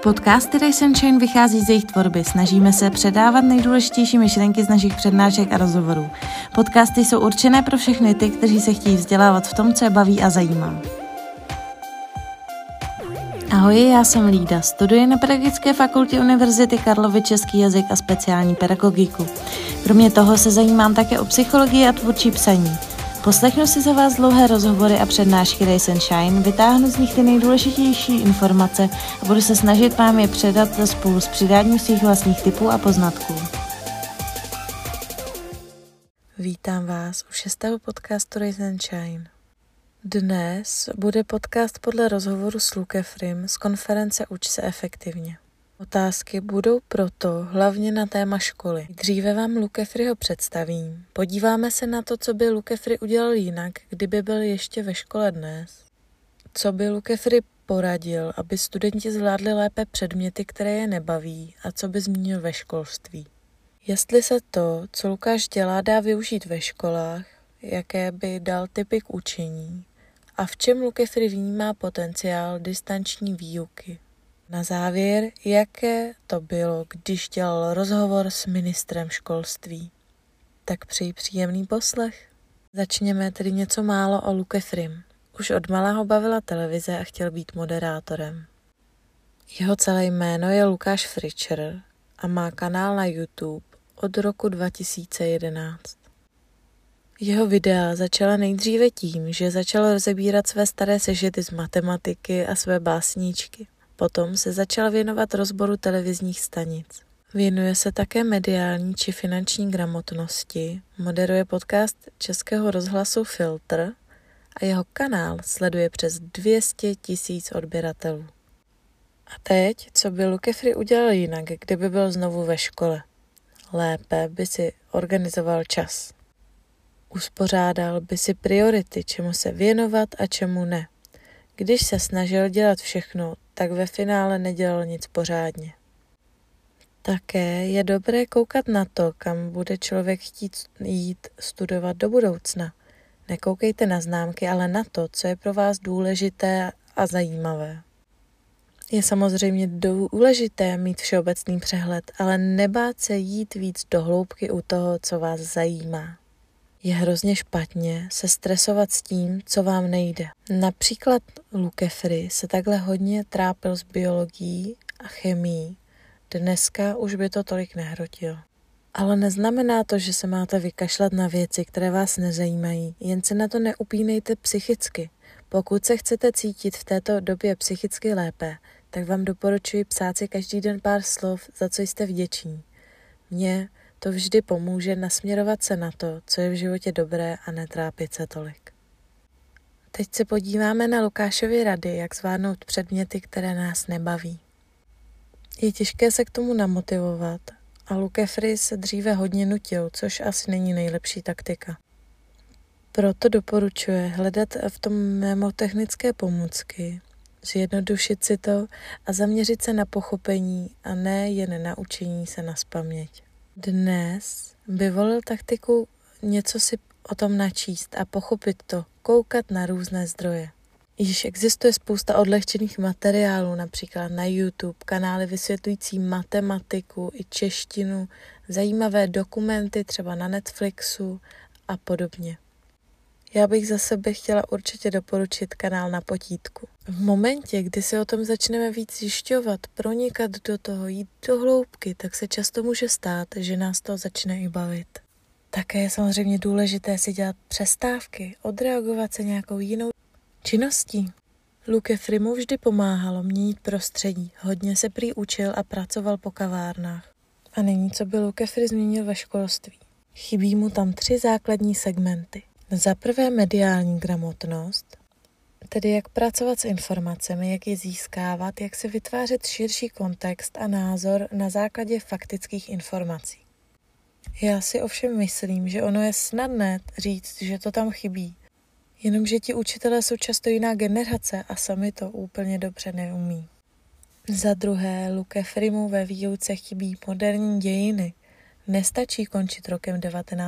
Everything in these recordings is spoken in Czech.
Podcasty Rise and Shine vychází z jejich tvorby. Snažíme se předávat nejdůležitější myšlenky z našich přednášek a rozhovorů. Podcasty jsou určené pro všechny ty, kteří se chtějí vzdělávat v tom, co je baví a zajímá. Ahoj, já jsem Lída, studuji na Pedagogické fakultě Univerzity Karlovy český jazyk a speciální pedagogiku. Kromě toho se zajímám také o psychologii a tvůrčí psaní. Poslechnu si za vás dlouhé rozhovory a přednášky Rise and Shine, vytáhnu z nich ty nejdůležitější informace a budu se snažit vám je předat spolu s přidáním svých vlastních tipů a poznatků. Vítám vás u 6. podcastu Rise and Shine. Dnes bude podcast podle rozhovoru s Lukefrym z konference Uč se efektivně. Otázky budou proto hlavně na téma školy. Dříve vám Lukefryho představím. Podíváme se na to, co by Lukefry udělal jinak, kdyby byl ještě ve škole dnes. Co by Lukefry poradil, aby studenti zvládli lépe předměty, které je nebaví, a co by zmínil ve školství. Jestli se to, co Lukáš dělá, dá využít ve školách, jaké by dal tipy k učení a v čem Lukefry vnímá potenciál distanční výuky. Na závěr, jaké to bylo, když dělal rozhovor s ministrem školství. Tak přeji příjemný poslech. Začněme tedy něco málo o Lukefrym. Už od malá ho bavila televize a chtěl být moderátorem. Jeho celé jméno je Lukáš Fričer a má kanál na YouTube od roku 2011. Jeho videa začala nejdříve tím, že začal rozebírat své staré sešity z matematiky a své básníčky. Potom se začal věnovat rozboru televizních stanic. Věnuje se také mediální či finanční gramotnosti, moderuje podcast Českého rozhlasu Filtr a jeho kanál sleduje přes 200 000 odběratelů. A teď, co by Lukefry udělal jinak, kdyby byl znovu ve škole? Lépe by si organizoval čas. Uspořádal by si priority, čemu se věnovat a čemu ne. Když se snažil dělat všechno, tak ve finále nedělal nic pořádně. Také je dobré koukat na to, kam bude člověk chtít jít studovat do budoucna. Nekoukejte na známky, ale na to, co je pro vás důležité a zajímavé. Je samozřejmě důležité mít všeobecný přehled, ale nebát se jít víc do hloubky u toho, co vás zajímá. Je hrozně špatně se stresovat s tím, co vám nejde. Například Lukefry se takhle hodně trápil s biologií a chemií. Dneska už by to tolik nehrotil. Ale neznamená to, že se máte vykašlat na věci, které vás nezajímají. Jen se na to neupínejte psychicky. Pokud se chcete cítit v této době psychicky lépe, tak vám doporučuji psát si každý den pár slov, za co jste vděční. Mně to vždy pomůže nasměrovat se na to, co je v životě dobré a netrápit se tolik. Teď se podíváme na Lukášovy rady, jak zvládnout předměty, které nás nebaví. Je těžké se k tomu namotivovat a Lukefry se dříve hodně nutil, což asi není nejlepší taktika. Proto doporučuje hledat v tom mnemotechnické pomůcky, zjednodušit si to a zaměřit se na pochopení a ne jen na učení se nazpaměť. Dnes by volil taktiku něco si o tom načíst a pochopit to, koukat na různé zdroje. Již existuje spousta odlehčených materiálů, například na YouTube, kanály vysvětlující matematiku i češtinu, zajímavé dokumenty třeba na Netflixu a podobně. Já bych za sebe chtěla určitě doporučit kanál Na potítku. V momentě, kdy si o tom začneme víc zjišťovat, pronikat do toho, jít do hloubky, tak se často může stát, že nás to začne i bavit. Také je samozřejmě důležité si dělat přestávky, odreagovat se nějakou jinou činností. Lukefry mu vždy pomáhalo měnit prostředí, hodně se prý učil a pracoval po kavárnách. A nyní, co by Lukefry změnil ve školství. Chybí mu tam 3 základní segmenty. Za prvé mediální gramotnost, tedy jak pracovat s informacemi, jak je získávat, jak se vytvářet širší kontext a názor na základě faktických informací. Já si ovšem myslím, že ono je snadné říct, že to tam chybí, jenomže ti učitelé jsou často jiná generace a sami to úplně dobře neumí. Za druhé, Lukefrymu ve výuce chybí moderní dějiny. Nestačí končit rokem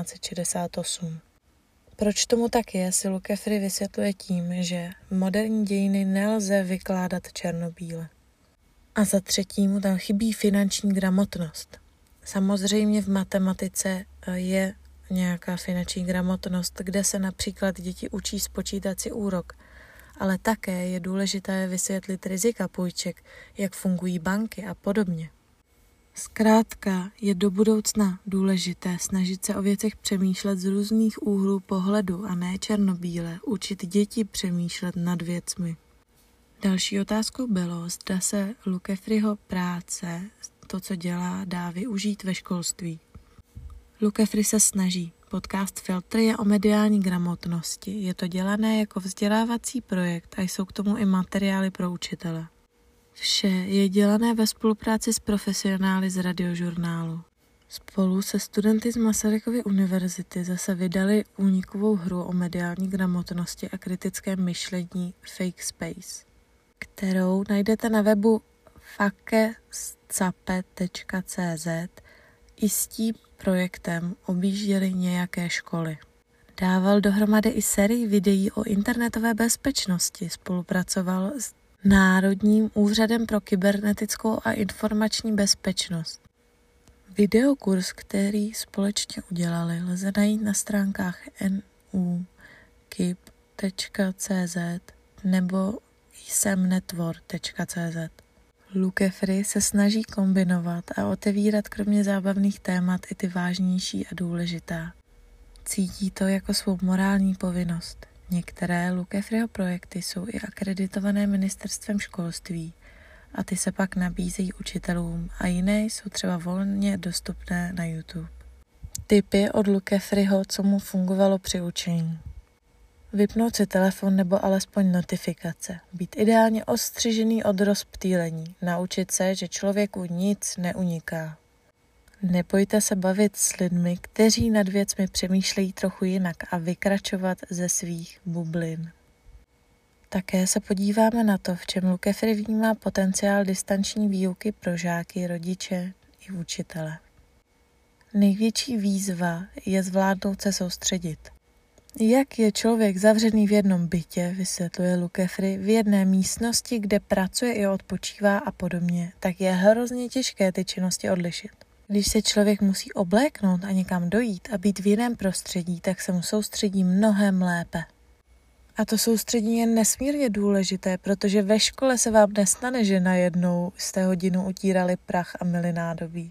1968. Proč tomu tak je, si Lukefry vysvětluje tím, že moderní dějiny nelze vykládat černobíle. A za třetí mu tam chybí finanční gramotnost. Samozřejmě v matematice je nějaká finanční gramotnost, kde se například děti učí spočítat si úrok, ale také je důležité vysvětlit rizika půjček, jak fungují banky a podobně. Zkrátka je do budoucna důležité snažit se o věcech přemýšlet z různých úhlů pohledu a ne černobíle, učit děti přemýšlet nad věcmi. Další otázkou bylo, zda se Luke Freeho práce, to, co dělá, dá využít ve školství. Luke Free se snaží. Podcast Filtr je o mediální gramotnosti. Je to dělané jako vzdělávací projekt a jsou k tomu i materiály pro učitele. Vše je dělané ve spolupráci s profesionály z Radiožurnálu. Spolu se studenty z Masarykovy univerzity zase vydali únikovou hru o mediální gramotnosti a kritickém myšlení Fake Space, kterou najdete na webu fakescape.cz. I s tím projektem objížděli nějaké školy. Dával dohromady i sérii videí o internetové bezpečnosti, spolupracoval s Národním úřadem pro kybernetickou a informační bezpečnost. Videokurs, který společně udělali, lze najít na stránkách nukyb.cz nebo isemnetwork.cz. Luke Free se snaží kombinovat a otevírat kromě zábavných témat i ty vážnější a důležitá. Cítí to jako svou morální povinnost. Některé Luke Freeho projekty jsou i akreditované ministerstvem školství a ty se pak nabízejí učitelům a jiné jsou třeba volně dostupné na YouTube. Tipy od Luke Freeho, co mu fungovalo při učení. Vypnout si telefon nebo alespoň notifikace. Být ideálně ostřižený od rozptýlení. Naučit se, že člověku nic neuniká. Nebojte se bavit s lidmi, kteří nad věcmi přemýšlejí trochu jinak a vykračovat ze svých bublin. Také se podíváme na to, v čem Luke Free vnímá potenciál distanční výuky pro žáky, rodiče i učitele. Největší výzva je zvládnout se soustředit. Jak je člověk zavřený v jednom bytě, vysvětluje Luke Free, v jedné místnosti, kde pracuje i odpočívá a podobně, tak je hrozně těžké ty činnosti odlišit. Když se člověk musí obléknout a někam dojít a být v jiném prostředí, tak se mu soustředí mnohem lépe. A to soustředí je nesmírně důležité, protože ve škole se vám nestane, že najednou jste hodinu utírali prach a myli nádobí.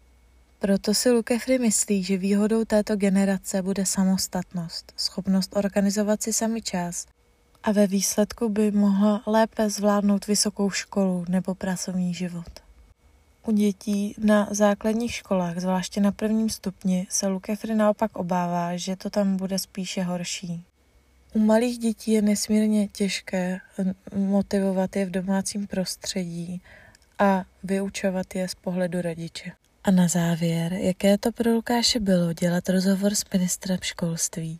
Proto si Luke Free myslí, že výhodou této generace bude samostatnost, schopnost organizovat si sami čas a ve výsledku by mohla lépe zvládnout vysokou školu nebo pracovní život. U dětí na základních školách, zvláště na prvním stupni, se Luke Free naopak obává, že to tam bude spíše horší. U malých dětí je nesmírně těžké motivovat je v domácím prostředí a vyučovat je z pohledu rodiče. A na závěr, jaké to pro Lukáše bylo dělat rozhovor s ministrem školství.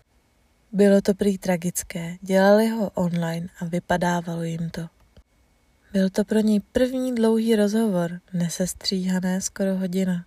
Bylo to prý tragické, dělali ho online a vypadávalo jim to. Byl to pro něj první dlouhý rozhovor, nesestříhané skoro hodina.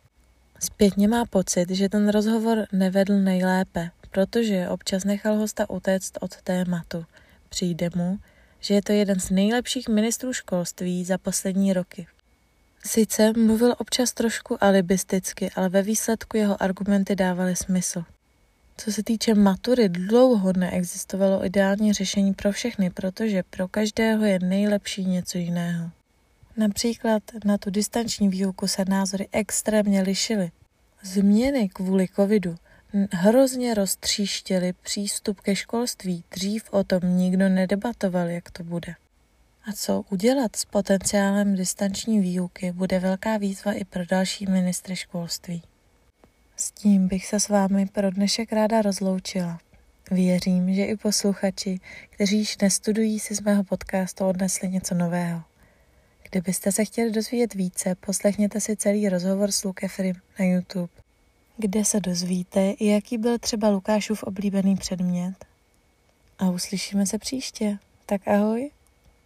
Zpětně má pocit, že ten rozhovor nevedl nejlépe, protože občas nechal hosta utéct od tématu. Přijde mu, že je to jeden z nejlepších ministrů školství za poslední roky. Sice mluvil občas trošku alibisticky, ale ve výsledku jeho argumenty dávaly smysl. Co se týče matury, dlouho neexistovalo ideální řešení pro všechny, protože pro každého je nejlepší něco jiného. Například na tu distanční výuku se názory extrémně lišily. Změny kvůli covidu hrozně roztříštěly přístup ke školství. Dřív o tom nikdo nedebatoval, jak to bude. A co udělat s potenciálem distanční výuky, bude velká výzva i pro další ministry školství. S tím bych se s vámi pro dnešek ráda rozloučila. Věřím, že i posluchači, kteří již nestudují, si z mého podcastu odnesli něco nového. Kdybyste se chtěli dozvědět více, poslechněte si celý rozhovor s Luke Freem na YouTube, kde se dozvíte, jaký byl třeba Lukášův oblíbený předmět. A uslyšíme se příště. Tak ahoj.